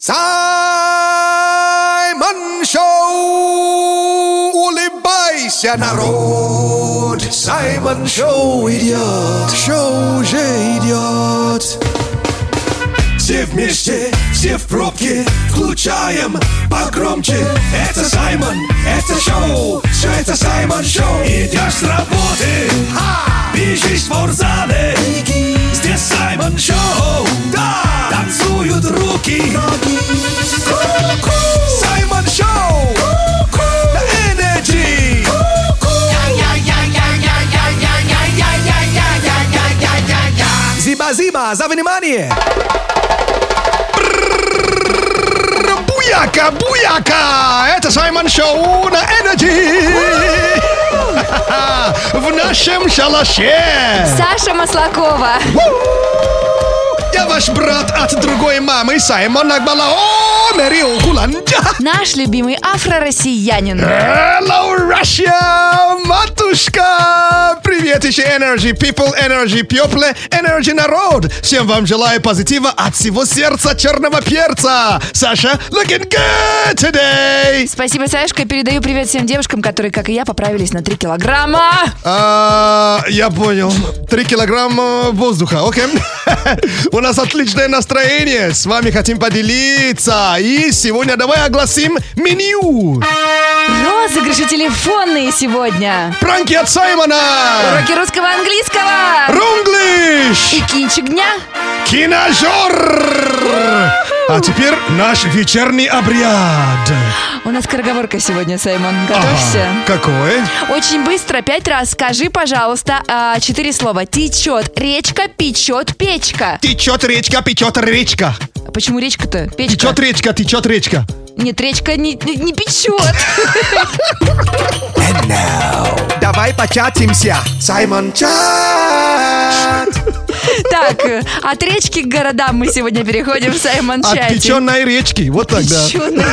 Саймон Шоу! Улыбайся, народ! Саймон Шоу идет! Шоу уже идет! Все вместе, все в пробке, включаем погромче. Это Саймон, это шоу, все это Саймон Шоу. Идешь с работы, бежишь в спортзале, здесь Саймон Шоу. Да, танцуют руки. Саймон Шоу на Energy. Зиба-зиба, за внимание! Буяка, буяка! Это Саймон Шоу на Energy! В нашем шалаше! Саша Маслакова! Я ваш брат от другой мамы, Саймон Акбалао Мерио Куланджа! Наш любимый афро-россиянин! Hello, Russia, матушка! Привет еще Energy People, Energy People, Energy народ! Всем вам желаю позитива от всего сердца черного перца! Саша, looking good today! Спасибо, Сашка. Передаю привет всем девушкам, которые, как и я, поправились на 3 килограмма. Я понял. 3 килограмма воздуха, окей? У нас отличное настроение. С вами хотим поделиться. И сегодня давай огласим меню. Розыгрыши телефонные сегодня. Пранки от Саймона. Уроки русского, английского. Рунглиш. И кинчик дня. Киножор. А теперь наш вечерний обряд. У нас скороговорка сегодня, Саймон. Готовься. Какой? Очень быстро, 5 раз скажи, пожалуйста, 4 слова. Течет речка, печет печка. Течет речка, печет речка. Почему речка-то? Печка. Течет речка, течет речка. Нет, речка не печет. And now, давай початимся. Саймон Чат. Так, от речки к городам мы сегодня переходим в Саймон Чате. От печеной речки, вот так, да.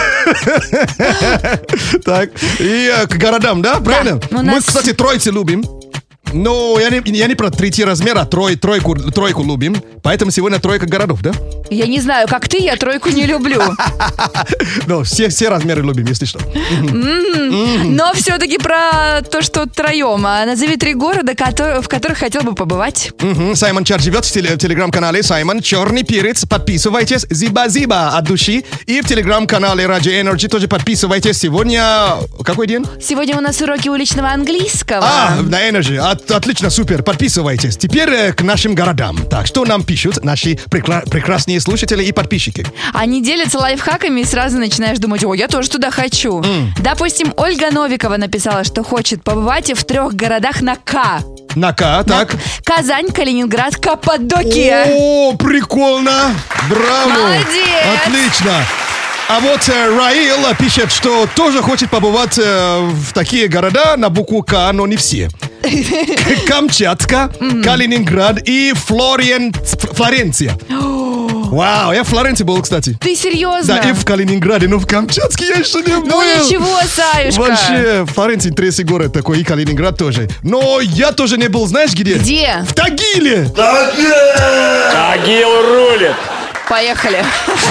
Так, и к городам, да, правильно? Мы, кстати, троицы любим. Но я не про 3 размера, а тройку любим. Поэтому сегодня тройка городов, да? Я не знаю, как ты, я тройку не люблю. Но все размеры любим, если что. Но все-таки про то, что троем. Назови 3 города, в которых хотел бы побывать. Саймон Чат живет в телеграм-канале Саймон Черный Перец. Подписывайтесь. Зиба-зиба от души. И в телеграм-канале Radio Energy тоже подписывайтесь. Сегодня... Какой день? Сегодня у нас уроки уличного английского. На Energy. Отлично, супер. Подписывайтесь. Теперь к нашим городам. Так, что нам пишут наши прекрасные слушатели и подписчики? Они делятся лайфхаками и сразу начинаешь думать: о, я тоже туда хочу. Допустим, Ольга Новикова написала, что хочет побывать в 3 городах на К. На К, так. Казань, Калининград, Каппадокия. О, прикольно. Браво. Молодец. Отлично. А вот Раил пишет, что тоже хочет побывать в такие города на букву К, но не все. Камчатка, Калининград и Флоренция. Вау, я в Флоренции был, кстати. Ты серьезно? Да, и в Калининграде, но в Камчатке я еще не был. Ну ничего, Саюшка. Вообще, Флоренция интересный город такой, и Калининград тоже. Но я тоже не был, знаешь где? Где? В Тагиле. Тагил рулит. Поехали.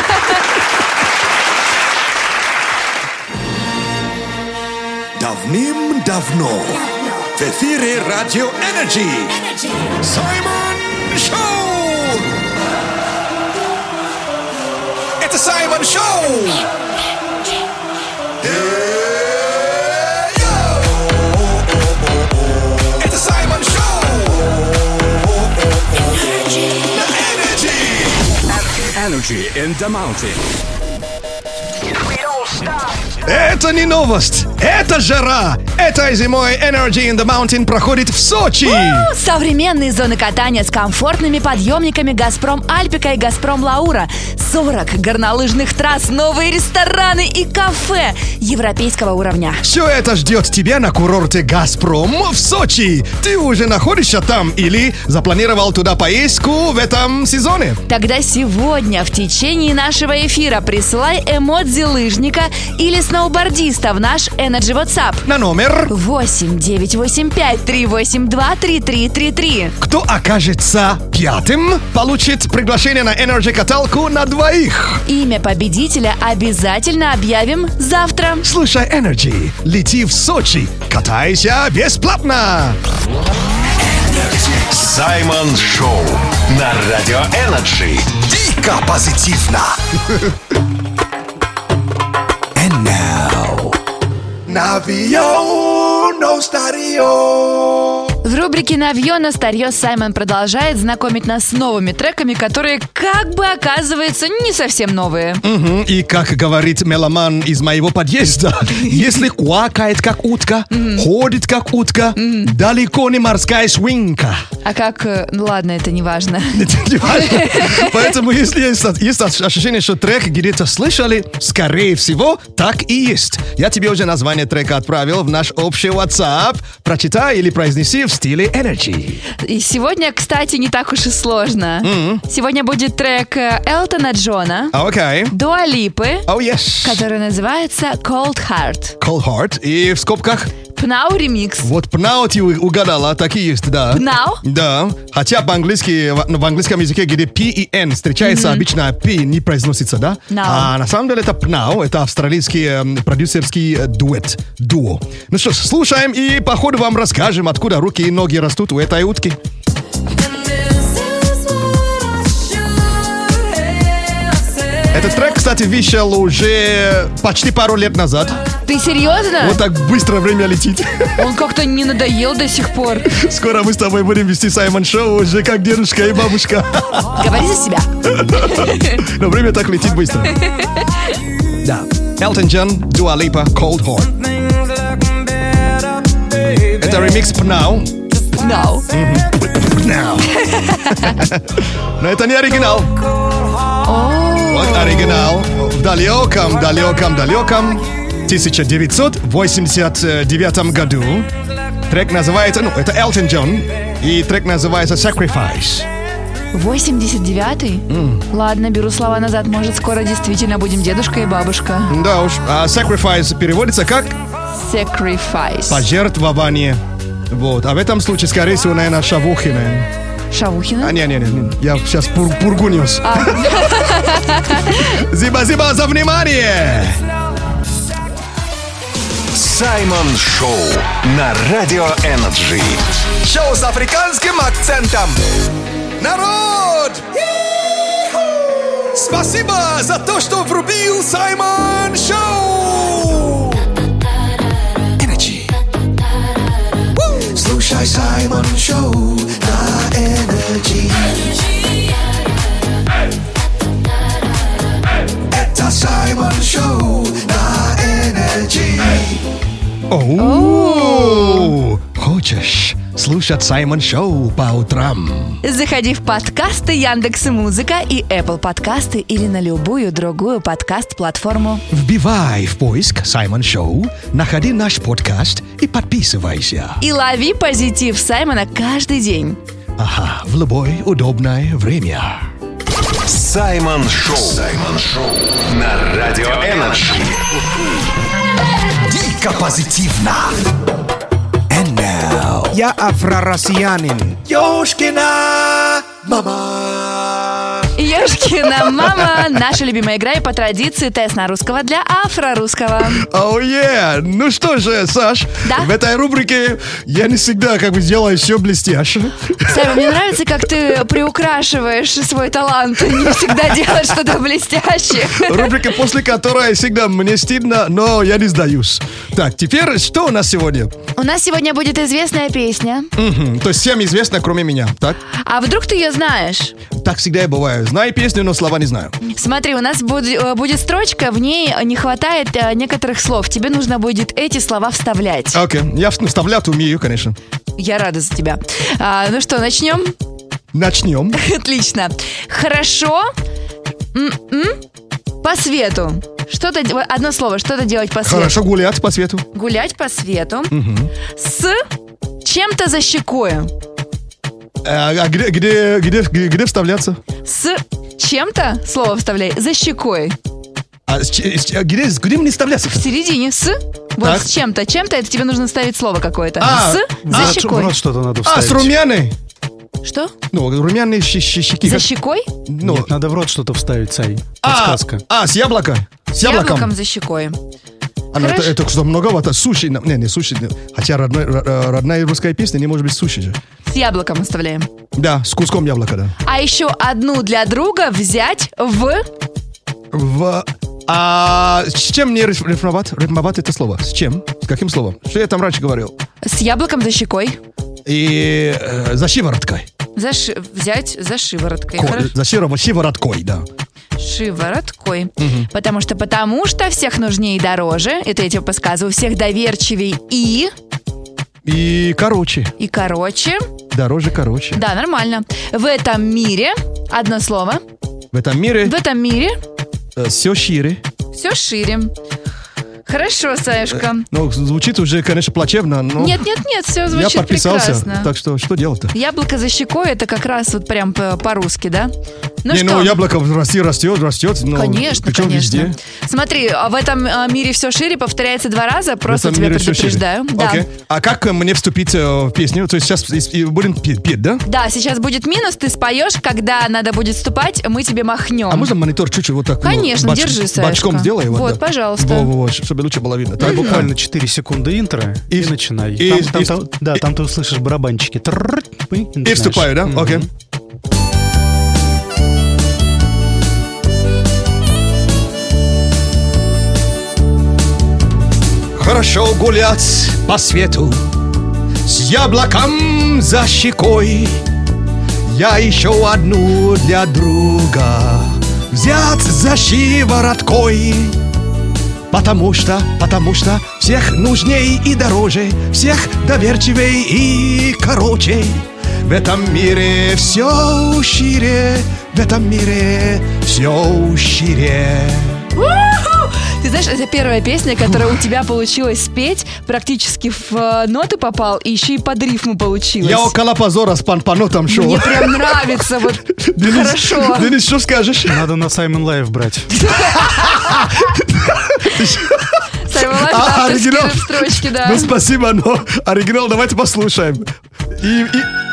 Давным-давно в эфире Radio Energy Саймон Шоу! Это Саймон Шоу! Это Саймон Шоу! На Energy! Energy in the mountain. Это не новость, это жара. Этой зимой Energy in the Mountain проходит в Сочи. Современные зоны катания с комфортными подъемниками «Газпром Альпика» и «Газпром Лаура». 40 горнолыжных трасс, новые рестораны и кафе европейского уровня. Все это ждет тебя на курорте «Газпром» в Сочи. Ты уже находишься там или запланировал туда поездку в этом сезоне? Тогда сегодня в течение нашего эфира присылай эмодзи лыжника или сноубордиста в наш Energy WhatsApp. На номер 8-985-382-3333. «Кто окажется пятым, получит приглашение на Energy каталку на двоих». Имя победителя обязательно объявим завтра. Слушай Energy, лети в Сочи, катайся бесплатно. Саймон Шоу на Радио Энерджи. Дико позитивно. And now. Навио, но старье. В рубрике «Навье на старье» Саймон продолжает знакомить нас с новыми треками, которые как бы оказываются не совсем новые. И как говорит меломан из моего подъезда, если квакает как утка, ходит как утка, далеко не морская свинка. А как... Ну ладно, это не важно. Поэтому если есть ощущение, что трек где-то слышали, скорее всего, так и есть. Я тебе уже название трека отправил в наш общий WhatsApp. Прочитай или произнеси в стиле Energy. И сегодня, кстати, не так уж и сложно. Сегодня будет трек Элтона Джона, Окей. Дуа Липы, Oh, yes. который называется Cold Heart. Cold Heart. И в скобках Пнау ремикс. вот Pnau ты угадала, так и есть, да. Пнау? Да. Хотя по-английски, в английском языке, где P и N встречается, обычно P не произносится, да? No. А на самом деле это Pnau, это австралийский продюсерский дуо. Ну что ж, слушаем и по ходу вам расскажем, откуда руки и ноги растут у этой утки. Этот трек, кстати, вышел уже почти пару лет назад. Ты серьезно? Вот так быстро время летит. Он как-то не надоел до сих пор. Скоро мы с тобой будем вести Саймон Шоу уже как дедушка и бабушка. Говори за себя. Но время так летит быстро. Да. Элтон Джон, Дуа Липа, Cold Heart. Это ремикс Pnau. No. Pnau. Но это не оригинал. Вот оригинал. В далеком 1989 году. Трек называется, это Элтон Джон. И трек называется Sacrifice. 89-й? Ладно, беру слова назад. Может, скоро действительно будем дедушка и бабушка. Да уж. А Sacrifice переводится как Sacrifice. пожертвование. Вот. А в этом случае, скорее всего, наверное, Шавухина. Шавухина? Не. Я сейчас пургунюсь. Спасибо за внимание. Саймон Шоу на Радио Энерджи. Шоу с африканским акцентом. Народ! Спасибо за то, что врубил Саймон Шоу. Energy. Слушай Саймон Шоу на Energy. Это Саймон Шоу на Energy. Оу! Хочешь слушать Саймон Шоу по утрам? Заходи в подкасты Яндекс.Музыка и Apple подкасты или на любую другую подкаст-платформу. Вбивай в поиск Саймон Шоу, находи наш подкаст и подписывайся. И лови позитив Саймона каждый день. Ага, в любое удобное время. Саймон Шоу. Саймон Шоу на Радио Энерджи. Дико позитивно. And now. Я афро-россиянин. Ёшкина мама. Ёшкина мама. Наша любимая игра и по традиции тест на русского для афро-русского. Оу, Ну что же, Саш, Да? в этой рубрике я не всегда делаю все блестяще. Саймон, мне нравится, как ты приукрашиваешь свой талант. Не всегда делаешь что-то блестящее. Рубрика, после которой всегда мне стыдно, но я не сдаюсь. Так, теперь что у нас сегодня? У нас сегодня будет известная песня. То есть всем известно, кроме меня, так? А вдруг ты ее знаешь? Так всегда и бывает. Знаю песню, но слова не знаю. Смотри, у нас будет строчка, в ней не хватает некоторых слов. Тебе нужно будет эти слова вставлять. Окей, я вставлять умею, конечно. Я рада за тебя. Ну что, начнем? Начнем. Отлично. Хорошо. По свету. Одно слово, что-то делать по свету. Хорошо гулять по свету. Гулять по свету. С чем-то за щекой. А где вставляться? С чем-то, слово вставляй, за щекой. Где мне вставляться? В середине «с». Вот Так. с чем-то. Чем-то это тебе нужно ставить слово какое-то. А, «С» за В щекой. рот что-то надо вставить. с румяной. Что? Ну, румяные щеки. За щекой? Ну, Нет, надо в рот что-то вставить, Сай. Подсказка. с яблока. С Яблоком яблоком. за щекой. Ну, Хорошо. это что, многовато? Суши. Не суши. Хотя родная русская песня не может быть суши же. С яблоком оставляем. Да, с куском яблока, да. А еще одну для друга взять в... С чем мне рифмовать? Рифмовать это слово. С чем? С каким словом? Что я там раньше говорил? С яблоком за щекой. И за шивороткой. Взять за шивороткой. Хорошо. За шивороткой, да. Шивороткой. Потому что всех нужнее и дороже. Это я тебе подсказываю. Всех доверчивей и короче. короче. Дороже, короче. Да, нормально. В этом мире одно слово. В этом мире В этом мире все шире. все шире. Хорошо, Саюшка. Ну, звучит уже, конечно, плачевно, но Нет, все я звучит подписался. прекрасно. Так что делать-то? Яблоко за щекой это как раз вот прям по-русски, да? Ну Не, что? ну яблоко растет. Ну, Конечно, причем конечно. везде. Смотри, в этом мире все шире повторяется 2 раза, В просто этом тебя мире всё шире. предупреждаю. Да. Окей. А как мне вступить в песню? То есть сейчас будем петь, да? Да, сейчас будет минус, ты споешь, когда надо будет вступать, мы тебе махнем. А можно монитор чуть-чуть вот так? Конечно, держи, Сашка. Бачком сделай. Вот, да. пожалуйста. Во, чтобы лучше было видно. Так, Буквально 4 секунды интро и начинай. Там ты услышишь барабанчики. И вступаю, да? Окей. Хорошо гулять по свету с яблоком за щекой. Я еще одну для друга взять за шивороткой. Потому что всех нужней и дороже, всех доверчивей и короче. В этом мире все шире, в этом мире все шире. Ты знаешь, это первая песня, которая у тебя получилось спеть, практически в ноты попал, и еще и под рифму получилось. Я около позора с по нотам шел. Мне прям нравится, вот хорошо. Денис, что скажешь? Надо на Саймон Лайв брать. Саймон Лайв, авторские строчки, да. Ну, спасибо, но оригинал давайте послушаем. И...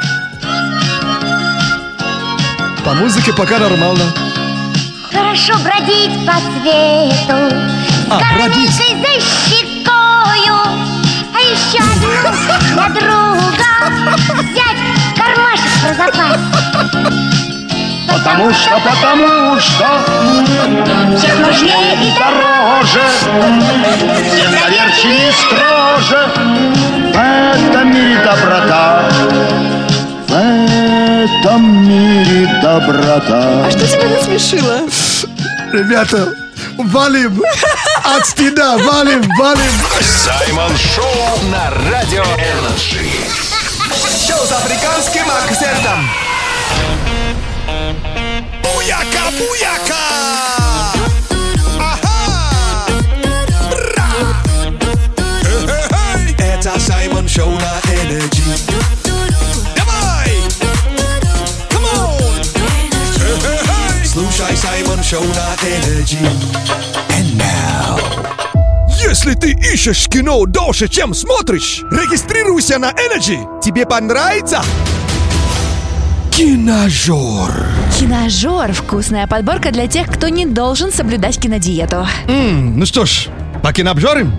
По музыке пока нормально. Хорошо бродить по свету с бродить. короничкой за щекою, а еще одну для друга взять кармашек про запас. Потому что всех нужнее и дороже, всех доверчивее и строже. В этом мире доброта, в этом мире доброта. А что тебя насмешило? Ребята, валим от стыда, валим. Саймон Шоу на Радио Энерджи. Шоу с африканским акцентом. Буяка, буяка! Это Саймон Шоу на Энерджи. Давай! Come on! Слушай Саймон Шоу на Энерджи. And now. Если ты ищешь кино дольше, чем смотришь, регистрируйся на Energy. Тебе понравится? Киножор. Киножор – вкусная подборка для тех, кто не должен соблюдать кинодиету. Ну что ж, покинобжорим?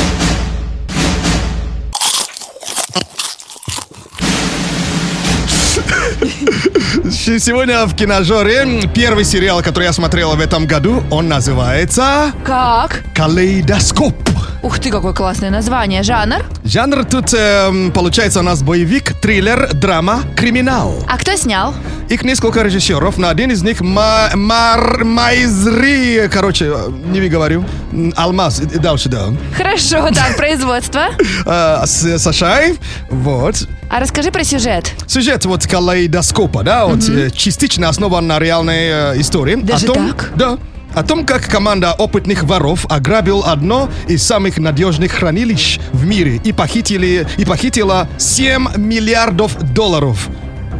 Сегодня в киножоре первый сериал, который я смотрел в этом году, он называется Как? «Калейдоскоп». Ух ты, какое классное название. Жанр? Жанр тут получается у нас боевик, триллер, драма, криминал. А кто снял? Их несколько режиссеров, но один из них Майзри, короче, не говорю, Алмаз, и дальше, да. Хорошо, так, производство. США, вот. А расскажи про сюжет. Сюжет вот «Калейдоскопа», да, вот частично основан на реальной истории. Даже так? Да. О том, как команда опытных воров ограбил одно из самых надежных хранилищ в мире и похитила $7 миллиардов.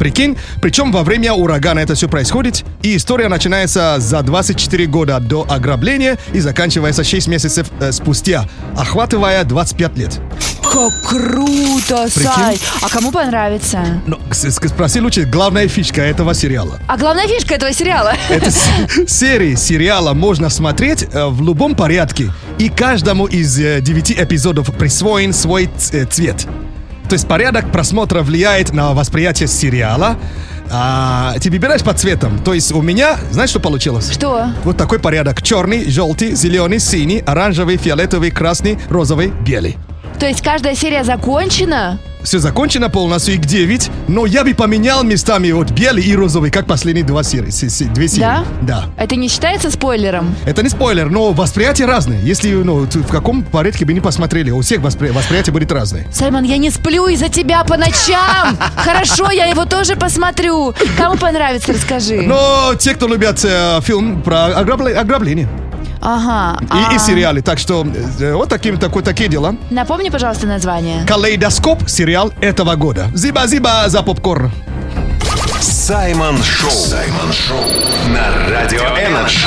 Прикинь, причем во время урагана это все происходит, и история начинается за 24 года до ограбления и заканчивается 6 месяцев спустя, охватывая 25 лет. Как круто, Сай! А кому понравится? Ну, спроси лучше, главная фишка этого сериала. А главная фишка этого сериала? Это серии сериала можно смотреть в любом порядке, и каждому из 9 эпизодов присвоен свой цвет. То есть порядок просмотра влияет на восприятие сериала. Ты выбираешь по цветам. То есть у меня, знаешь, что получилось? Что? Вот такой порядок. Черный, желтый, зеленый, синий, оранжевый, фиолетовый, красный, розовый, белый. То есть каждая серия закончена? Все закончено полностью, их 9, но я бы поменял местами вот белый и розовый, как последние две серии. Да? Да. Это не считается спойлером? Это не спойлер, но восприятие разное. Если, в каком порядке бы не посмотрели, у всех восприятие будет разное. Саймон, я не сплю из-за тебя по ночам. Хорошо, я его тоже посмотрю. Кому понравится, расскажи. Но те, кто любят фильм про ограбление. Ага. И сериалы. Так что вот такие дела. Напомни, пожалуйста, название. «Калейдоскоп» сериал этого года. Зиба-зиба за попкорн. Саймон Шоу на Радио Энерджи.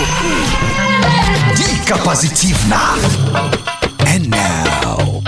Дико позитивно. And now.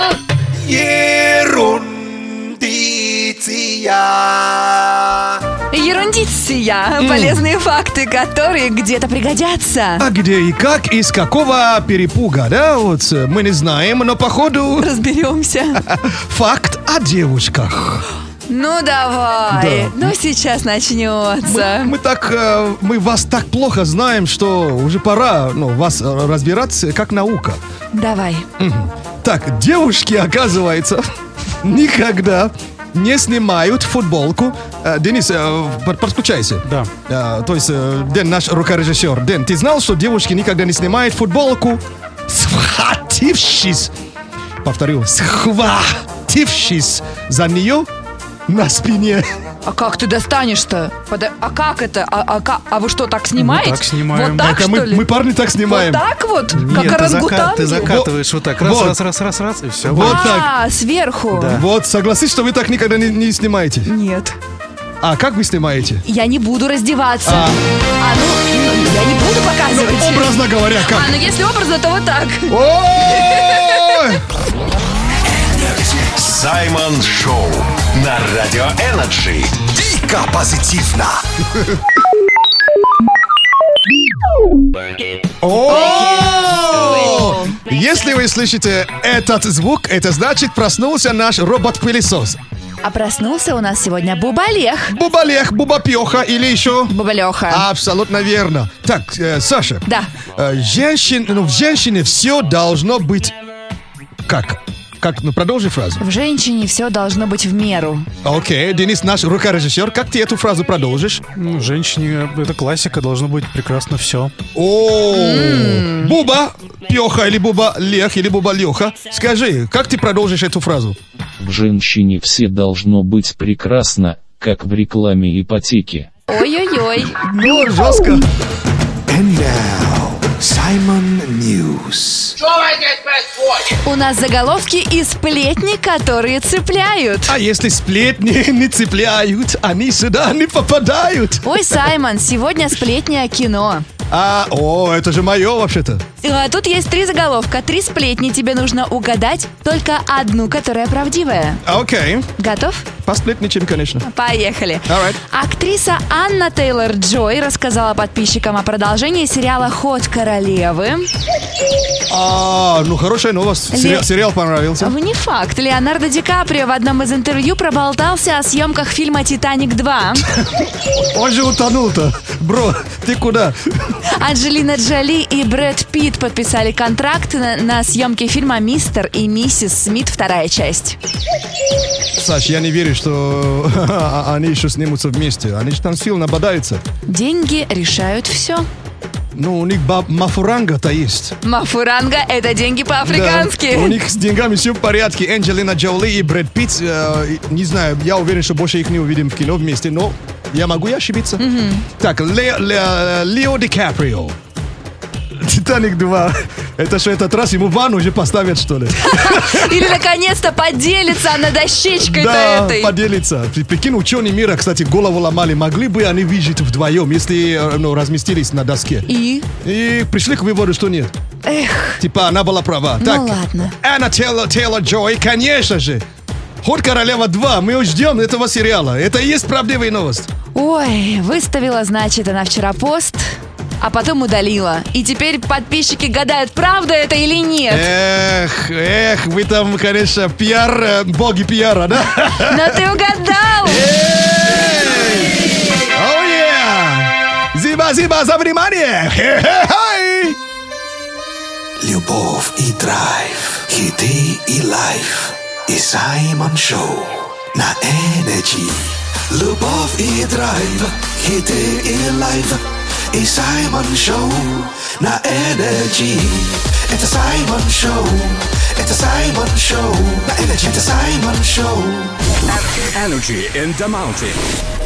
Ерундиция. Полезные факты, которые где-то пригодятся. А где и как, из какого перепуга, да? Вот мы не знаем, но походу... Разберемся. Факт о девушках. Ну давай. Да. Ну сейчас начнется. Мы вас так плохо знаем, что уже пора вас разбирать как наука. Давай. Так, девушки, оказывается, никогда не снимают футболку. Денис, подключайся. Да. То есть, Дэн, наш рукорежиссер. Дэн, ты знал, что девушки никогда не снимают футболку, схватившись, повторю, схватившись за нее на спине? А как ты достанешь-то? А как это? А вы что, так снимаете? Мы так снимаем. Вот так, Так, что ли? мы парни так снимаем. Вот так вот? Нет, Как орангутан? ты закатываешь вот так. Вот. Раз, и все. Вот так. Сверху? Да. Вот, согласись, что вы так никогда не снимаете. Нет. А как вы снимаете? Я не буду раздеваться. Я не буду показывать. Образно говоря, как? Ну если образно, то вот так. Ой! Саймон Шоу на Радио Энерджи. Дико позитивно. О! Если вы слышите этот звук, это значит проснулся наш робот-пылесос. А проснулся у нас сегодня Бубалех. Бубалех, Бубапеха или еще... Бубалеха. Абсолютно верно. Так, Саша. Да. В женщине все должно быть... Как? Продолжи фразу. В женщине все должно быть в меру. Окей, Денис, наш рукорежиссер, как ты эту фразу продолжишь? Ну, женщине, это классика, должно быть прекрасно все. О, Буба Пеха или Буба Лех или Буба Леха. Скажи, как ты продолжишь эту фразу? В женщине все должно быть прекрасно, как в рекламе ипотеки. Ой-ой-ой. Ну, жестко. And now, Simon News. У нас заголовки и сплетни, которые цепляют. А если сплетни не цепляют, они сюда не попадают. Ой, Саймон, сегодня сплетни о кино. Это же мое вообще-то. Тут есть 3 заголовка, 3 сплетни. Тебе нужно угадать только одну, которая правдивая. Окей. Готов? Посплетничаем, конечно. Поехали. Alright. Актриса Анна Тейлор-Джой рассказала подписчикам о продолжении сериала «Ход королевы». Хорошая новость. Сериал понравился. Не факт. Леонардо Ди Каприо в одном из интервью проболтался о съемках фильма «Титаник 2». Он же утонул-то. Бро, ты куда? Анджелина Джоли и Брэд Питт подписали контракт на съемки фильма «Мистер и миссис Смит. Вторая часть». Саш, я не верю, что они еще снимутся вместе. Они же там сильно бодаются. Деньги решают все. У них мафуранга-то есть. Мафуранга – это деньги по-африкански. Да, у них с деньгами все в порядке. Анджелина Джоли и Брэд Питт, не знаю, я уверен, что больше их не увидим в кино вместе, но я могу ошибиться. Так, Лео Ди Каприо. Титаник 2. Это что, этот раз ему ванну уже поставят, что ли? Или наконец-то поделится на дощечкой-то Да, этой. поделиться. Прикинь, ученые мира, кстати, голову ломали. Могли бы они выжить вдвоем, если разместились на доске? И пришли к выводу, что нет. Эх, Типа, она была права. ну Так, ладно. Анна Тейлор-Джой, конечно же. Ход королева 2. Мы ждем этого сериала. Это и есть правдивая новость. Ой, выставила, значит, она вчера пост, а потом удалила. И теперь подписчики гадают, правда это или нет. Эх, вы там, конечно, боги пиара, да? Но ты угадал! Оу, Зиба за внимание! Хе-хе-хай! Любовь и драйв, хиты и лайф. И Саймон Шоу на Energy. Любовь и драйв, хиты и лайф. И Саймон Шоу на Energy. Это Саймон Шоу. Это Саймон Шоу на Energy. Это Саймон Шоу. Energy in the mountain.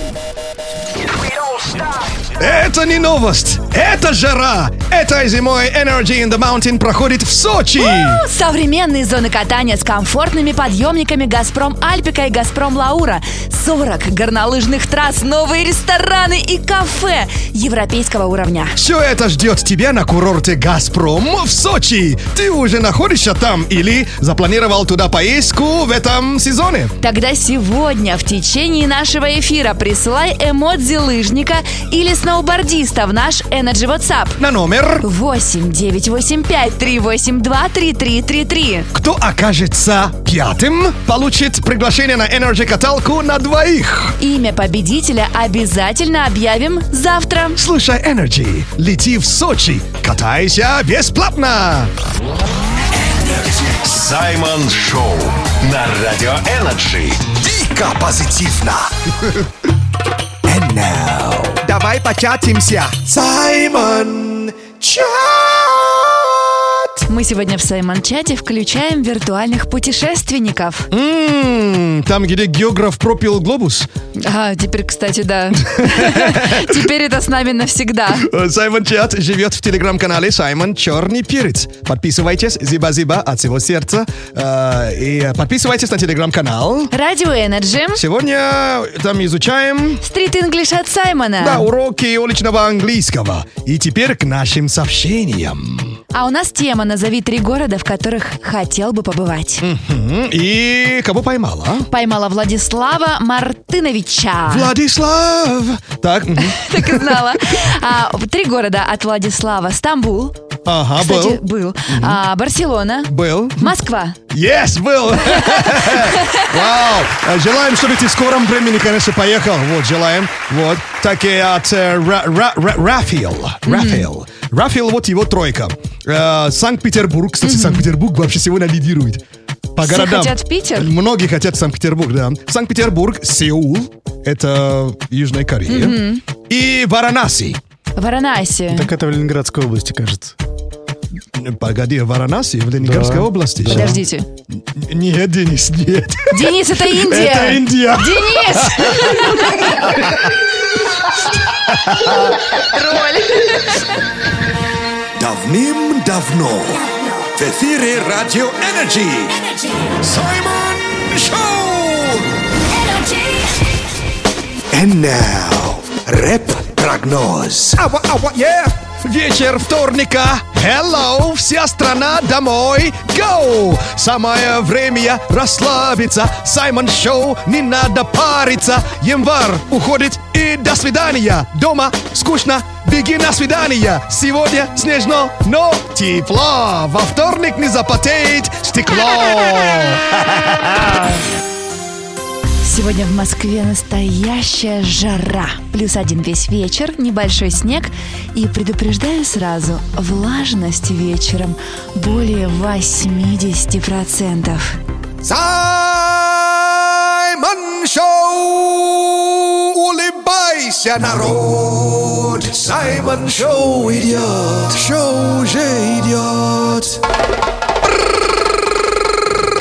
Это не новость, это жара. Этой зимой Energy in the Mountain проходит в Сочи. Современные зоны катания с комфортными подъемниками «Газпром Альпика» и «Газпром Лаура», 40 горнолыжных трасс, новые рестораны и кафе европейского уровня. Все это ждет тебя на курорте «Газпром» в Сочи. Ты уже находишься там или запланировал туда поездку в этом сезоне? Тогда сегодня в течение нашего эфира присылай эмодзи лыжника или сноубордиста в наш Energy WhatsApp. На номер 8-985-382-3333. кто окажется пятым, получит приглашение на Energy каталку на двоих. Имя победителя обязательно объявим завтра. Слушай Energy, лети в Сочи, катайся бесплатно. Саймон Шоу на Радио Energy. Дико позитивно. And now, давай початимся. Саймон Чат. Мы сегодня в Саймон-чате включаем виртуальных путешественников. Там, где географ пропил глобус. А, теперь, кстати, да. Теперь это с нами навсегда. Саймон Чат живет в телеграм-канале Саймон Черный Перец. Подписывайтесь, зиба-зиба от всего сердца. И подписывайтесь на телеграм-канал. Радио Energy. Сегодня там изучаем... Стрит Инглиш от Саймона. Да, уроки уличного английского. И теперь к нашим сообщениям. А у нас тема «Назови 3 города, в которых хотел бы побывать». И кого поймала? Поймала Владислава Мартыновича. Владислав! Так, Так и знала. 3 города от Владислава. Стамбул. ага, Кстати, был. Барселона. Был. Москва. Yes, был! Вау! Желаем, чтобы ты в скором времени, конечно, поехал. Вот, желаем. Вот. Так и от Рафаэл, вот его тройка. Санкт-Петербург. Кстати, Санкт-Петербург вообще сегодня лидирует. По Все городам. хотят в Питер? Многие хотят в Санкт-Петербург, да. Санкт-Петербург, Сеул, это Южная Корея. И Варанаси. Варанаси. Так это в Ленинградской области, кажется. Погоди, Варанаси в Ленинградской области? Подождите. Нет, Денис, нет. Денис, это Индия. Это Индия. Денис! Тролль. Давным-давно в эфире Радио Energy. Саймон Шоу. And now, рэп-прогноз. Вечер вторника. Hello, вся страна домой. Go! Самое время расслабиться. Саймон Шоу, не надо париться. Январь уходит и до свидания. Дома скучно, беги на свидание. Сегодня снежно, но тепло. Во вторник не запотеет стекло. Сегодня в Москве настоящая жара. +1 весь вечер, небольшой снег. И предупреждаю сразу, влажность вечером более 80%. Саймон Шоу! Улыбайся, народ! Саймон Шоу идет! Шоу уже идет!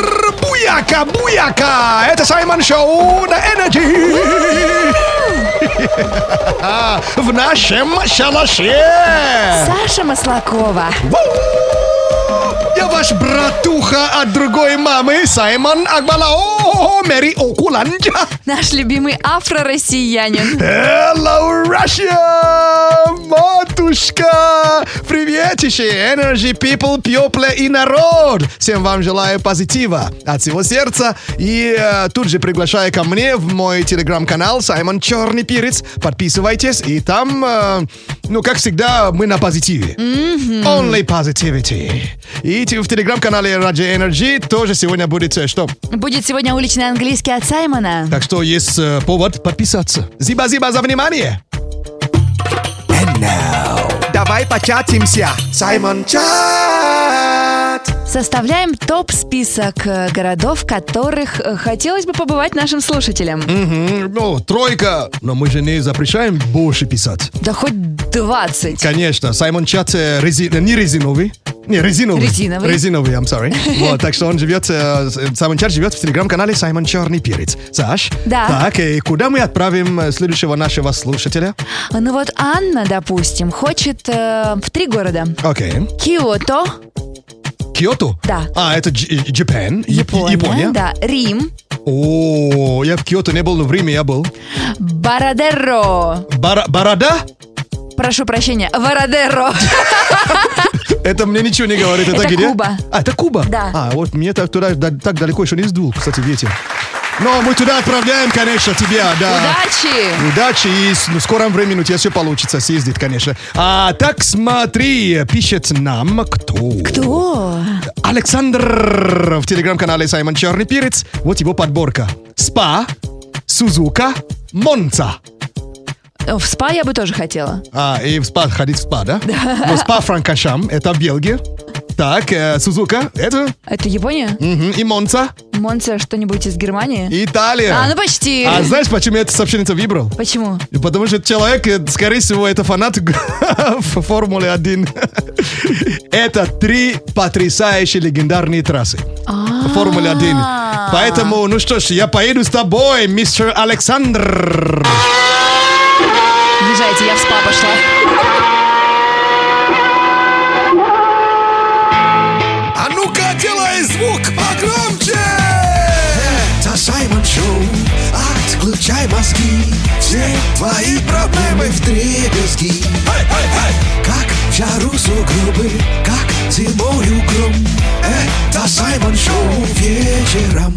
Буяка! Это Саймон Шоу на Energy! В нашем шалаше. Саша Маслакова. Я ваш братуха от другой мамы, Саймон Агбалао Мэри Окуланджа. Наш любимый афро-россиянин. Hello, Russia! Матушка! Приветище, Energy People, People и народ! Всем вам желаю позитива от всего сердца. И тут же приглашаю ко мне в мой телеграм-канал Саймон Черный Перец. Подписывайтесь, и там, как всегда, мы на позитиве. Only positivity. И в телеграм-канале Radio Energy тоже сегодня будет что? Будет сегодня уличный английский от Саймона. Так что есть повод подписаться. Зиба-зиба за внимание! And now, давай початимся. Саймон Чат. Составляем топ-список городов, в которых хотелось бы побывать нашим слушателям. Тройка. Но мы же не запрещаем больше писать. Да хоть 20. Конечно. Саймон Чат не резиновый. Не, резиновый. Резиновый, I'm sorry. Вот, так что он живет, Саймон Чат живет в телеграм-канале Саймон Черный Перец. Саш? Да. Так, и куда мы отправим следующего нашего слушателя? Ну вот Анна, допустим, хочет в 3 города. Окей. Киото. Киото? Да. Это Japan. Япония. Да. Рим. О, я в Киото не был, но в Риме я был. Барадеро. Борода? Прошу прощения, Варадеро. Это мне ничего не говорит. Это где? Куба. Это Куба? Да. Вот мне туда так далеко еще не сдул, кстати, ветер. Но мы туда отправляем, конечно, тебя, да. Удачи, и в скором времени у тебя все получится съездить, конечно. Так смотри, пишет нам кто? Александр в телеграм-канале Саймон Черный Перец. Вот его подборка. Спа, Сузука, Монца. В спа я бы тоже хотела. И в спа, ходить в спа, да? Да. Но спа Франкошам, это Бельгия. Так, Сузука, это? Это Япония? И Монца? Монца что-нибудь из Германии? Италия. Ну почти. Знаешь, почему я это сообщение выбрал? Почему? Потому что человек, скорее всего, это фанат Формулы 1. Это 3 потрясающие легендарные трассы. Формулы 1. Поэтому, что ж, я поеду с тобой, мистер Александр. Езжайте, я в спа пошла. А ну-ка, делай звук погромче! Это Саймон Шоу, отключай мозги. Все твои проблемы вдребезги. Как в жару сугробы, как зимою гром. Это Саймон Шоу вечером.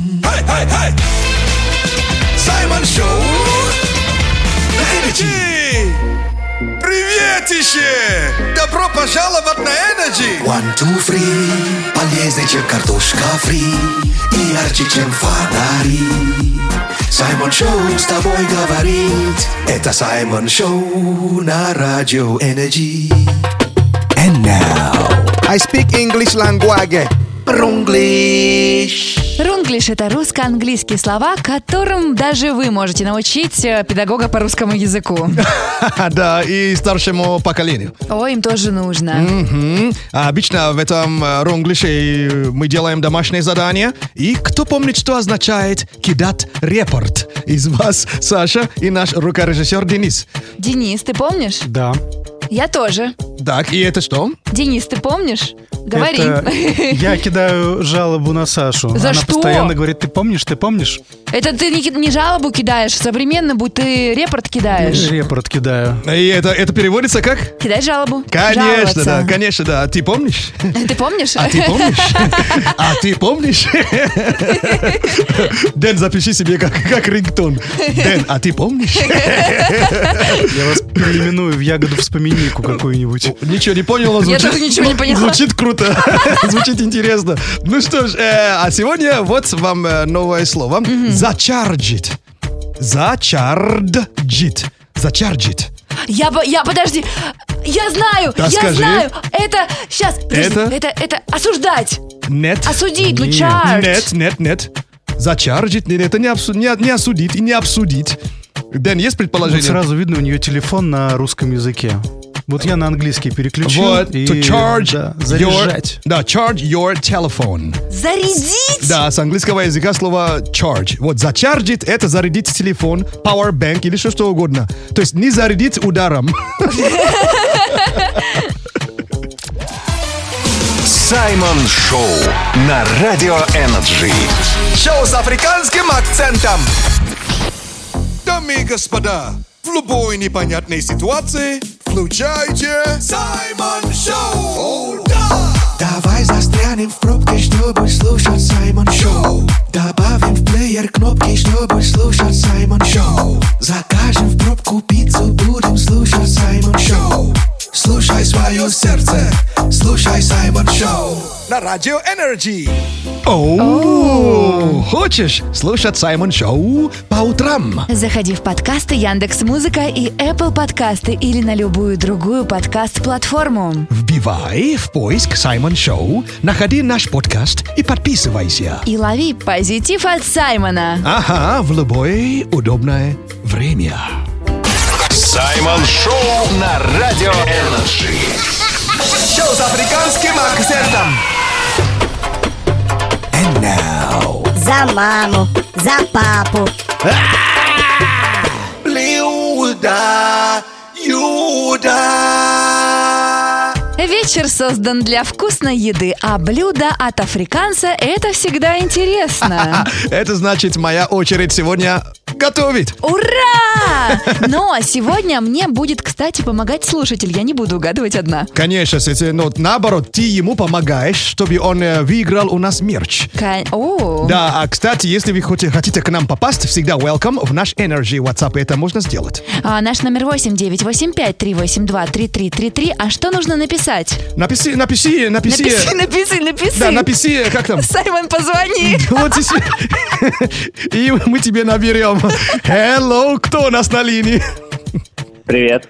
Саймон Шоу на Energy. Приветище! Добро пожаловать на Energy! 1, 2, 3. Полезнее, чем картошка фри. И ярче, чем фонари. Саймон Шоу с тобой говорит. Это Саймон Шоу на радио Energy. And now I speak English language. Рунглиш. Рунглиш — это русско-английские слова, которым даже вы можете научить педагога по русскому языку. Да, и старшему поколению. Ой, им тоже нужно. Обычно в этом рунглише мы делаем домашнее задание. И кто помнит, что означает кидать репорт? Из вас Саша и наш рукорежиссер Денис. Денис, ты помнишь? Да. Я тоже. Так, и это что? Денис, ты помнишь? Говори. Я кидаю жалобу на Сашу. За Она что? постоянно говорит, ты помнишь? Это ты не жалобу кидаешь, современно будь ты репорт кидаешь. Репорт кидаю. И это переводится как? Кидай жалобу. Конечно, да, конечно, да. Ты помнишь? Ты помнишь? А ты помнишь? А ты помнишь? Дэн, запиши себе как рингтон. Дэн, а ты помнишь? Я вас переименую в ягоду вспоминейку какую-нибудь. Ничего не понял, но Я тоже ничего не поняла. Звучит круто. Звучит интересно. Ну что ж, а сегодня вот вам новое слово. Зачарджит. Зачарджит. Зачарджит. Подожди. Я знаю. Да, я скажи. знаю. Это сейчас. Это осуждать. Нет. Осудить. Ну, charge. Нет. Зачарджит. Это не осудить и не обсудить. Дэн, есть предположение? Вот сразу видно у нее телефон на русском языке. Вот я на английский переключил. Вот, и, to charge заряжать. Charge your telephone. Зарядить? Да, с английского языка слово charge. Вот зачарджить — это зарядить телефон, power bank или что угодно. То есть не зарядить ударом. Саймон Шоу на Радио Энерджи. Шоу с африканским акцентом. Дамы и господа, в любой непонятной ситуации включайте Саймон Шоу. Давай застрянем в пробке, чтобы слушать Саймон Шоу. Добавим в плеер кнопки, чтобы слушать Саймон Шоу. Закажем в пробку пиццу, будем слушать Саймон Шоу. Слушай свое сердце, слушай Саймон Шоу на Радио Энерджи. Хочешь слушать Саймон Шоу по утрам? Заходи в подкасты Яндекс.Музыка и Apple подкасты или на любую другую подкаст-платформу. Вбивай в поиск Саймон Шоу, находи наш подкаст и подписывайся. И лови позитив от Саймона. Ага, в любое удобное время. Саймон Шоу на Радио Энерджи. Шоу с африканским акцентом. And now. За маму, за папу. Блюда, Юда. Вечер создан для вкусной еды, а блюдо от африканца – это всегда интересно. Это значит, моя очередь сегодня готовить. Ура! Но сегодня мне будет, кстати, помогать слушатель. Я не буду угадывать одна. Конечно, но наоборот, ты ему помогаешь, чтобы он выиграл у нас мерч. Да, а кстати, если вы хотите к нам попасть, всегда welcome в наш Energy WhatsApp, и это можно сделать. Наш номер 8-985-382-3333. А что нужно написать? Напиши. Напиши. Да, напиши, как там? Саймон, позвони. Вот и мы тебе наберем. Hello, кто у нас на линии? Привет.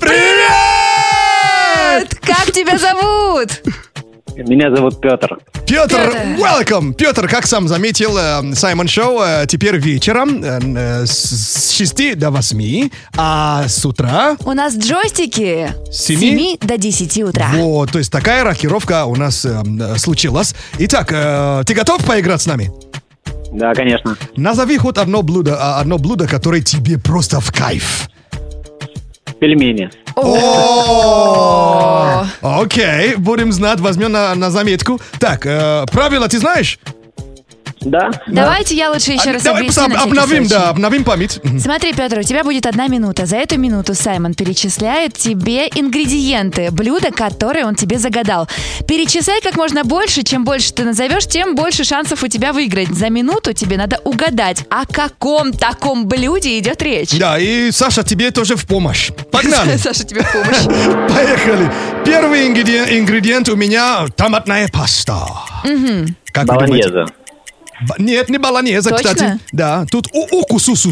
Привет! Как тебя зовут? Меня зовут Петр. Петр, welcome! Петр, как сам заметил, Саймон Шоу теперь вечером с 6 до 8, а с утра... У нас джойстики с 7 до 10 утра. Вот, то есть такая рокировка у нас случилась. Итак, ты готов поиграть с нами? Да, конечно. Назови хоть одно блюдо, которое тебе просто в кайф. Пельмени. Окей, будем знать, возьмем на заметку. Так, правила ты знаешь? Да. Давайте я лучше еще раз объясню. Обновим память. Смотри, Петр, у тебя будет 1 минута. За эту минуту Саймон перечисляет тебе ингредиенты блюда, которые он тебе загадал. Перечисляй как можно больше. Чем больше ты назовешь, тем больше шансов у тебя выиграть. За минуту тебе надо угадать, о каком таком блюде идет речь. Да, и Саша тебе тоже в помощь. Погнали. Саша тебе в помощь. Поехали. Первый ингредиент у меня томатная паста. Болоньезе. Нет, не болоньезе, кстати. Да, тут уксусу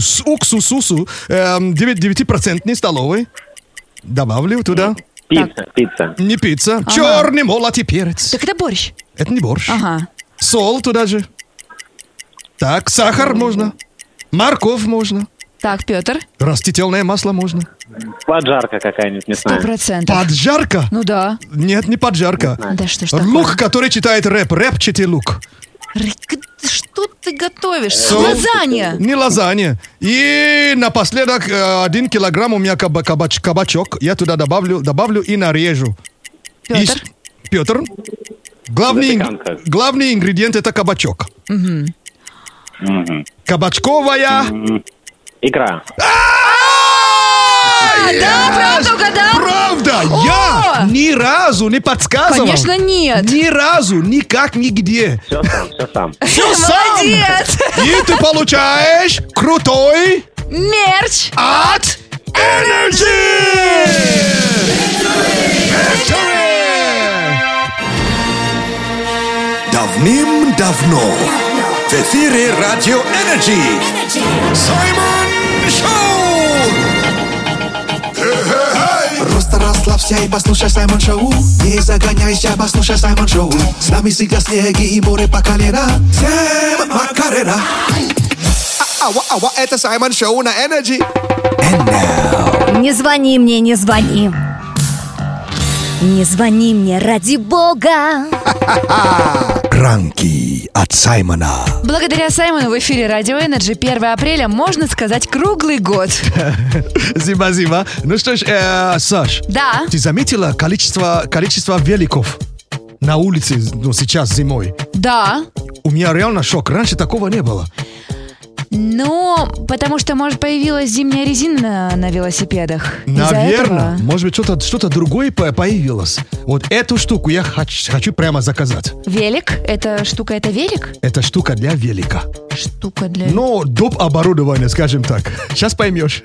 9% столовой. Добавлю туда. Пицца. Не пицца. Черный молотый перец. Так это борщ. Это не борщ. Ага. Соль туда же. Так, сахар можно. Морковь можно. Так, Петр. Растительное масло можно. Поджарка какая-нибудь, не знаю. 100%. Поджарка? Ну да. Нет, не поджарка. Да что ж такое? Лук, который читает рэп. Рэпчатый лук. Что ты готовишь? Лазанья. Не лазанья. И напоследок 1 килограмм у меня кабачок. Я туда добавлю и нарежу. Петр. Петр. Главный ингредиент это кабачок. Кабачковая. Икра. Да, правда угадал? Правда! Я ни разу не подсказывал. Конечно, нет. Ни разу, никак, нигде. Все сам. Все сам. Молодец. И ты получаешь крутой мерч от Energy! Давным-давно в эфире Радио Энерджи Саймон Шоу! Просто расслабься и послушай Саймон Шоу. Не загоняйся, послушай Саймон Шоу. С нами всегда снеги и море по колено. Всем Макарена. Это Саймон Шоу на Энерджи. Не звони мне, не звони. Не звони мне, ради бога. Пранки от Саймона. Благодаря Саймону в эфире Радио Энерджи 1 апреля, можно сказать, круглый год. Зима. Ну что ж, Саш, Да. ты заметила количество великов на улице, ну, сейчас зимой? Да. У меня реально шок. Раньше такого не было. Ну, потому что, может, появилась зимняя резина на велосипедах. Из-за Наверное. этого? Может быть, что-то другое появилось. Вот эту штуку я хочу прямо заказать. Велик? Эта штука, это велик? Это штука для велика. Штука для... Но доп. Оборудование, скажем так. Сейчас поймешь.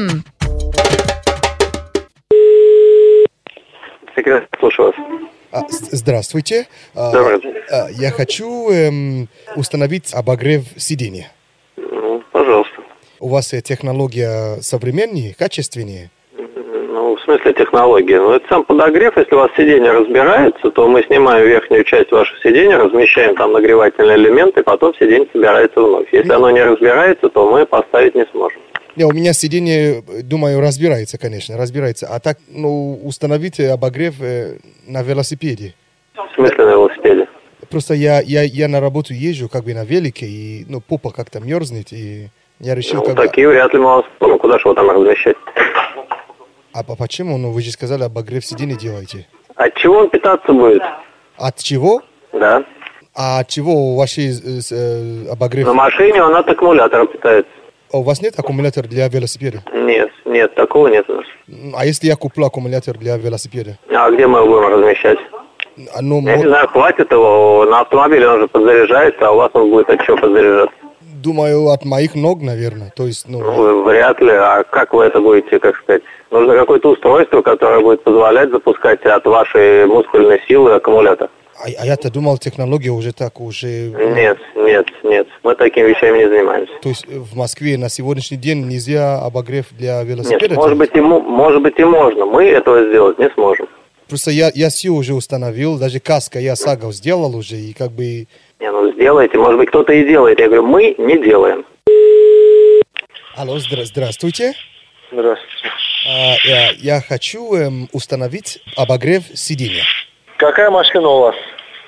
Слушаю вас. Здравствуйте. Добрый день. Я хочу установить обогрев сиденья. Ну, пожалуйста. У вас технология современнее, качественнее? Ну, в смысле технологии. Ну, это сам подогрев. Если у вас сиденье разбирается, то мы снимаем верхнюю часть вашего сиденья, размещаем там нагревательные элементы, и потом сиденье собирается вновь. Если оно не разбирается, то мы поставить не сможем. Не, у меня сиденье, думаю, разбирается, конечно, разбирается. А так, ну, установите обогрев на велосипеде. В смысле на велосипеде? Просто я на работу езжу как бы на велике, и ну, попа как-то мерзнет, и я решил Ну, как такие вряд ли мы вас... Ну, куда же его там размещать? А почему? Ну, вы же сказали, обогрев сиденья делаете. От чего он питаться будет? От чего? Да. А от чего ваши обогрев? На машине он от аккумулятора питается. А у вас нет аккумулятора для велосипеда? Нет, такого нет у нас. А если я куплю аккумулятор для велосипеда? А где мы его будем размещать? Ну, Я не знаю, хватит его. На автомобиле он же подзаряжается, а у вас он будет от чего подзаряжаться? Думаю, от моих ног, наверное. То есть, Ну, вряд ли. А как вы это будете, как сказать? Нужно какое-то устройство, которое будет позволять запускать от вашей мускульной силы аккумулятор. А я-то думал, технология уже так, уже... Нет. Мы такими вещами не занимаемся. То есть в Москве на сегодняшний день нельзя обогрев для велосипеда? Нет, может быть и можно. Мы этого сделать не сможем. Просто я все уже установил, даже каска я сагов сделал уже, и как бы... Не, ну сделайте, может быть кто-то и делает. Я говорю, мы не делаем. Алло, здравствуйте. Здравствуйте. Я хочу установить обогрев сиденья. Какая машина у вас?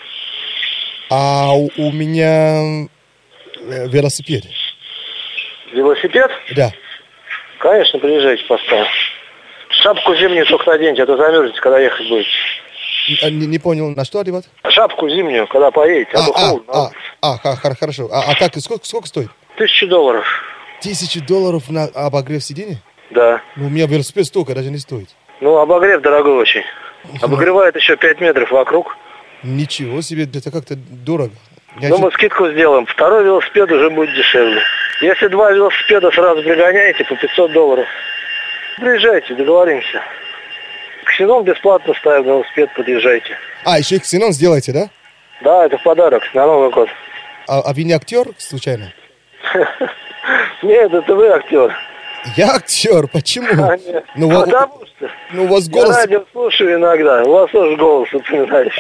А у меня велосипед. Велосипед? Да. Конечно, приезжайте, поставим. Шапку зимнюю только наденьте, а то замерзнете, когда ехать будете. Не понял, на что одевать? Шапку зимнюю, когда поедете, а то холодно. Хорошо. А так, сколько стоит? $1000. $1000 на обогрев сиденья? Да. Ну, у меня велосипед столько даже не стоит. Ну, обогрев дорогой очень. Обогревает еще 5 метров вокруг. Ничего себе, это как-то дорого. Мы скидку сделаем. Второй велосипед уже будет дешевле. Если 2 велосипеда сразу пригоняете по $500. Приезжайте, договоримся. Ксенон бесплатно ставим на велосипед, подъезжайте. Еще и ксенон сделаете, да? Да, это в подарок на Новый год. А вы не актер, случайно? Нет, это вы актер. Я актер? Почему? Потому что у вас голос... Я радио слушаю иногда, у вас тоже голос запоминающий.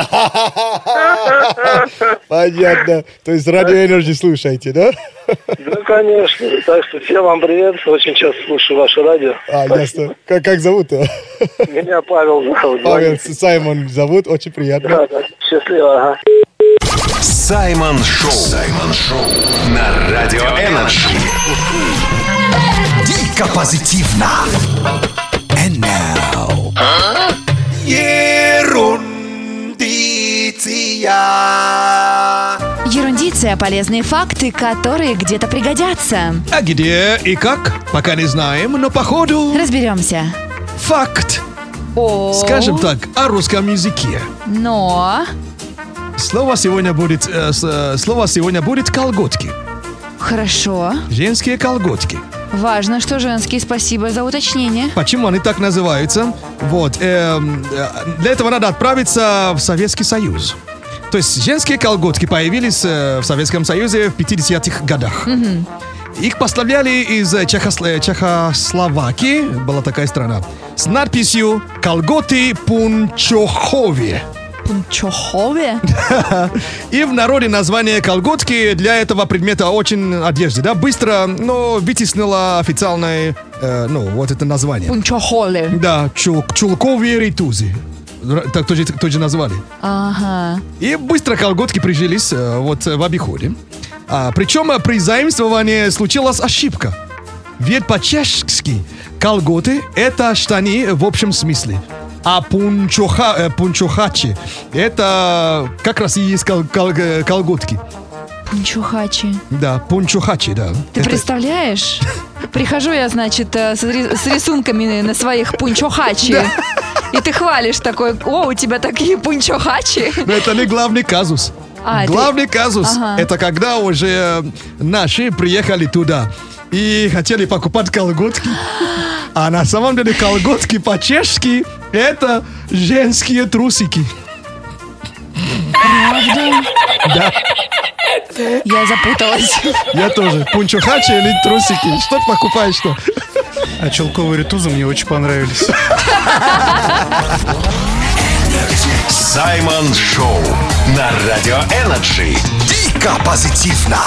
Понятно. То есть радио Энерджи слушаете, да? Да, конечно. Так что всем вам привет. Очень часто слушаю ваше радио. Ясно. Как зовут-то? Меня Павел зовут. Павел, Саймон зовут, очень приятно. Да. Счастливо, ага. Саймон Шоу на Радио Энерджи. Дико позитивно. And now. Ерундиция. Полезные факты, которые где-то пригодятся. А где и как? Пока не знаем, но походу... Разберемся. Факт. Скажем так, о русском языке. Но... Слово сегодня будет колготки. Хорошо. Женские колготки. Важно, что женские. Спасибо за уточнение. Почему они так называются? Для этого надо отправиться в Советский Союз. То есть женские колготки появились в Советском Союзе в 50-х годах. Их поставляли из Чехословакии, была такая страна, с надписью «Колготы Пунчохове». Пунчохове? И в народе название колготки для этого предмета очень одежды, да, быстро, но вытеснило официальное, вот это название. Пунчохоле. Да, чулковые ритузы. так тоже назвали. Ага. И быстро колготки прижились вот в обиходе. Причем при заимствовании случилась ошибка. Ведь по-чешски колготы — это штаны в общем смысле. А пунчохачи — это как раз и есть колготки. Пунчухачи. Да, пунчухачи, да. Ты представляешь? Прихожу я, значит, с рисунками на своих пунчухачи. Да. И ты хвалишь такой: о, у тебя такие пунчухачи. Но это не главный казус. Главный казус — это когда уже наши приехали туда и хотели покупать колготки. А на самом деле колготки по-чешски — это женские трусики. Правда? Да. Я запуталась. Я тоже. Пунчухачи или трусики? Что ты покупаешь-то? А челковые ритузы мне очень понравились. Саймон Шоу на Радио Энерджи. Дико позитивно.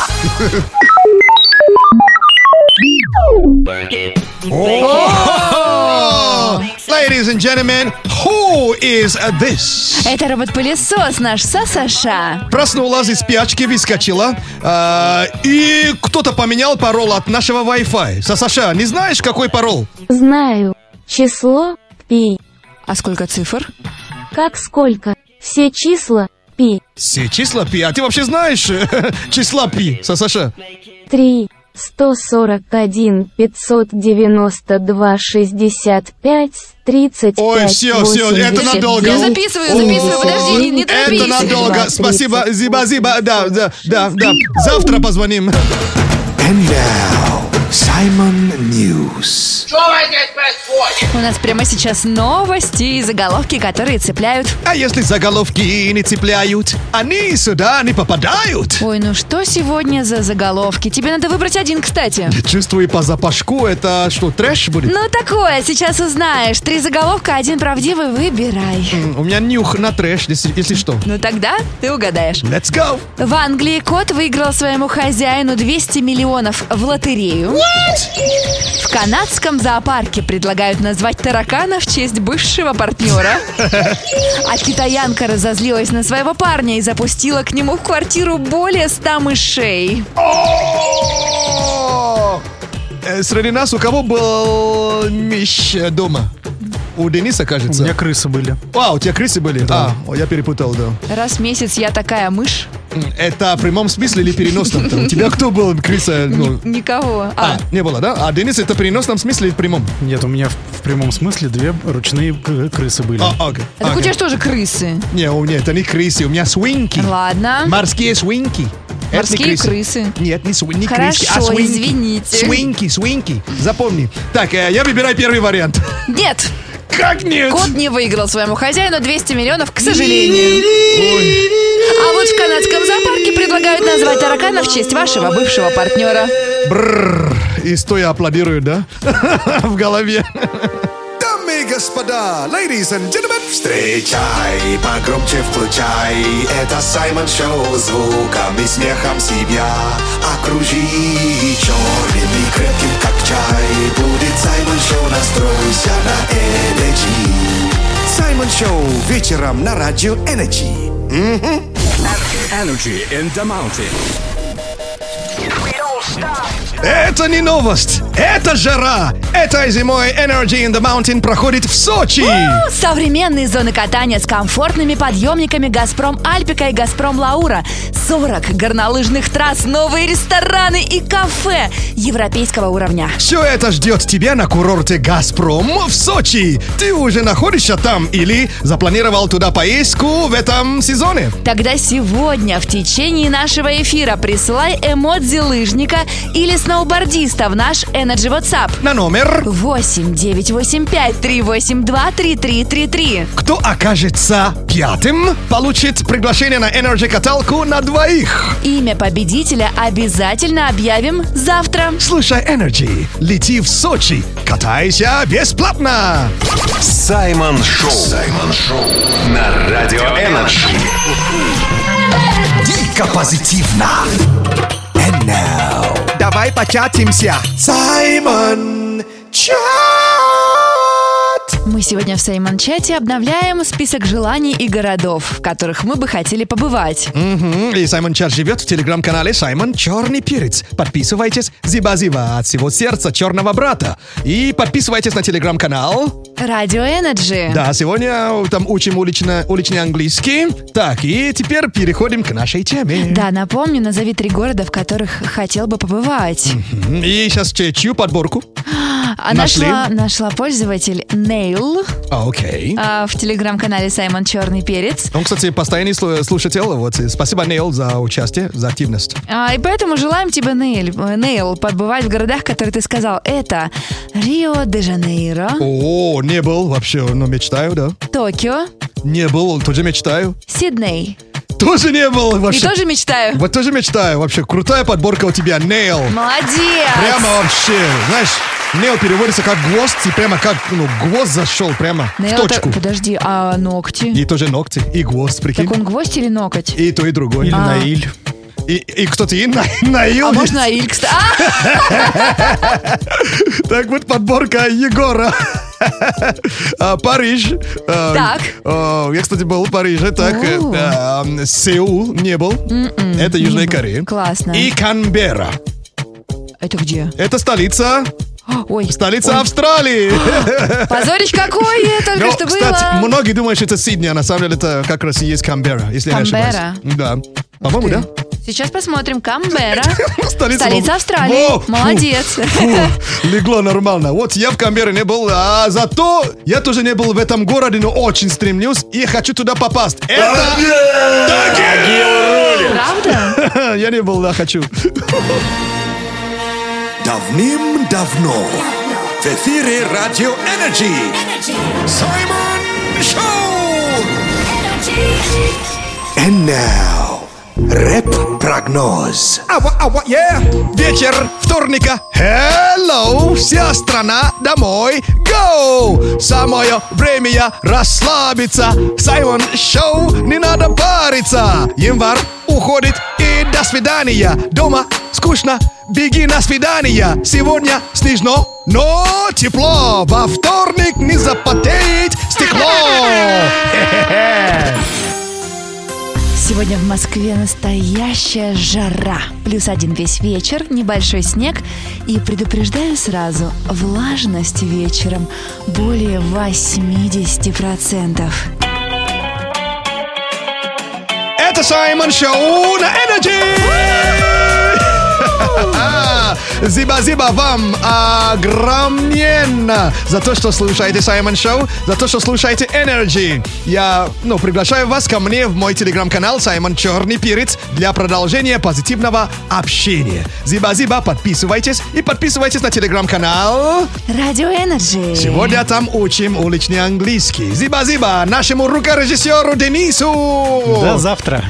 Ladies and gentlemen, who is this? Это робот-пылесос наш Сасаша. Проснулась из спячки, выскочила, и кто-то поменял пароль от нашего Wi-Fi. Сасаша, не знаешь, какой пароль? Знаю. Число пи. А сколько цифр? Как сколько? Все числа пи. Все числа пи. А ты вообще знаешь числа пи, Сасаша? 3, 141, 592, 65, 35, Ой, все, 80, это надолго. Я записываю, подожди, не торопись. Это надолго, спасибо, Зиба, да. Завтра позвоним. And now, Simon News. У нас прямо сейчас новости и заголовки, которые цепляют. А если заголовки не цепляют, они сюда не попадают. Ой, ну что сегодня за заголовки? Тебе надо выбрать один, кстати. Чувствую по запашку, это что, трэш будет? Ну такое, сейчас узнаешь. 3 заголовка, 1 правдивый, выбирай. У меня нюх на трэш, если что. Ну тогда ты угадаешь. Let's go! В Англии кот выиграл своему хозяину 200 миллионов в лотерею. В канадском зоопарке предлагают назвать таракана в честь бывшего партнера. А китаянка разозлилась на своего парня и запустила к нему в квартиру более 100 мышей. Среди нас у кого был мышь дома? У Дениса, кажется. У меня крысы были. У тебя крысы были? Да. Я перепутал, да. Раз в месяц я такая мышь. Это в прямом смысле или переносном? У тебя кто был крыса? Никого. Не было, да? А Денис, это в переносном смысле или в прямом? Нет, у меня в прямом смысле 2 ручные крысы были. Так у тебя же тоже крысы. Не, у меня это не крысы, у меня свинки. Ладно. Морские свинки. Морские крысы. Нет, не крысы, Хорошо, свинки. извините. Свинки. Запомни. Так, я выбираю первый вариант. Нет. Как нет? Кот не выиграл своему хозяину 200 миллионов, к сожалению. А вот в канадском зоопарке предлагают назвать таракана в честь вашего бывшего партнера. Бррр. И стоя аплодируют, да? В голове. Дамы и господа, ladies and gentlemen, встречай, погромче включай. Это Саймон Шоу, звуком и смехом себя окружи. Черным и крепким, как чай, будет Саймон Шоу, настройся на Energy. Саймон Шоу вечером на радио Energy. Energy in the mountain. Это не новость, это жара. Этой зимой Energy in the Mountain проходит в Сочи. Современные зоны катания с комфортными подъемниками «Газпром Альпика» и «Газпром Лаура». 40 горнолыжных трасс, новые рестораны и кафе европейского уровня. Все это ждет тебя на курорте «Газпром» в Сочи. Ты уже находишься там или запланировал туда поездку в этом сезоне? Тогда сегодня в течение нашего эфира присылай эмодзи лыжника или сноубордиста в наш Energy WhatsApp на номер 8-985-382-3333. Кто окажется пятым, получит приглашение на Energy каталку на 2. Имя победителя обязательно объявим завтра. Слушай Energy, лети в Сочи, катайся бесплатно. Саймон Шоу. Саймон Шоу на Радио Энерджи. Дико позитивно. And now, давай початимся. Саймон Чат. Мы Мы сегодня в Саймон-чате обновляем список желаний и городов, в которых мы бы хотели побывать. И Саймон-чат живет в телеграм-канале Саймон Черный Перец. Подписывайтесь, зиба-зиба от всего сердца черного брата. И подписывайтесь на телеграм-канал Радио Energy. Да, сегодня там учим уличный английский. Так, и теперь переходим к нашей теме. Да, напомню, назови 3 города, в которых хотел бы побывать. И сейчас чью подборку? Нашла пользователь Нейл. Окей. В телеграм-канале Саймон Черный Перец. Он, кстати, постоянный слушатель. Вот, спасибо, Нейл, за участие, за активность. И поэтому желаем тебе, Нейл, побывать в городах, которые ты сказал. Это Рио-де-Жанейро. О, не был вообще, но мечтаю, да. Токио. Не был, тоже мечтаю. Сидней. Тоже не был вообще. И тоже мечтаю. Вот тоже мечтаю. Вообще крутая подборка у тебя, Нейл. Молодец. Прямо вообще, знаешь, Нейл переводится как гвоздь, и прямо как гвоздь зашел прямо в точку. Подожди, а ногти? И тоже ногти, и гвоздь, прикинь. Так он гвоздь или ноготь? И то, и другое. Или Наиль. И кто-то и Наил. А можно Наиль, кстати. Так вот подборка Егора. Париж. Так. Я, кстати, был в Париже. Так, Сеул не был. Это Южная Корея. Классно. И Канберра. Это где? Это столица. Ой. Столица Австралии. Позорище какое, только что было. Кстати, многие думают, что это Сидней, а на самом деле это как раз и есть Канберра, если я не ошибаюсь. Канберра? Да. По-моему, да? Сейчас посмотрим. Канберра. Столица Австралии. Молодец. Легло нормально. Вот я в Канберре не был, а зато я тоже не был в этом городе, но очень стремлюсь и хочу туда попасть. Это... Правда? Я не был, да, хочу. Давным-давно в эфире Радио Energy Саймон Шоу. And now рэп-прогноз. Вечер вторника. Hello, вся страна домой. Go! Самое время расслабиться. Саймон Шоу, не надо париться. Январь уходит и до свидания. Дома скучно, беги на свидание. Сегодня снежно, но тепло. Во вторник не запотеет стекло. Сегодня в Москве настоящая жара. +1 весь вечер, небольшой снег. И предупреждаю сразу, влажность вечером более 80%. Это Саймон Шоу на Energy! Зиба-зиба вам огромненно за то, что слушаете Саймон Шоу, за то, что слушаете Energy. Я приглашаю вас ко мне в мой телеграм-канал Саймон Черный Перец для продолжения позитивного общения. Зиба-зиба, подписывайтесь и подписывайтесь на телеграм-канал Радио Energy. Сегодня там учим уличный английский. Зиба-зиба нашему рукорежиссеру Денису. До завтра.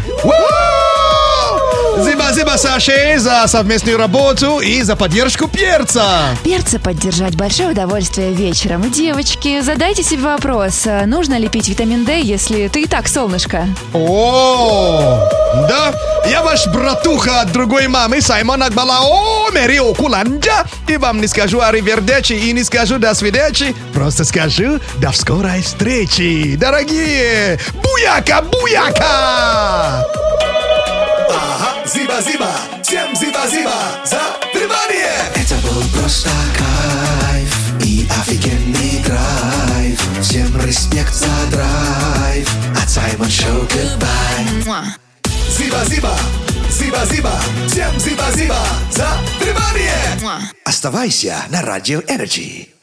Зиба-зиба Саше за совместную работу и за поддержку перца. Перца поддержать большое удовольствие вечером. И, девочки, задайте себе вопрос, нужно ли пить витамин D, если ты и так солнышко? О, да, я ваш братуха от другой мамы Саймон Акбалао Мерио Куланджа. И вам не скажу аривердечи и не скажу до свидечи, просто скажу до скорой встречи, дорогие. Буяка, буяка! Зиба-зиба, всем зиба-зиба за внимание! Это был просто кайф и офигенный драйв. Всем респект за драйв. От Саймон Шоу goodbye. Зиба-зиба, зиба-зиба, всем зиба-зиба за внимание! Оставайся на Радио Energy.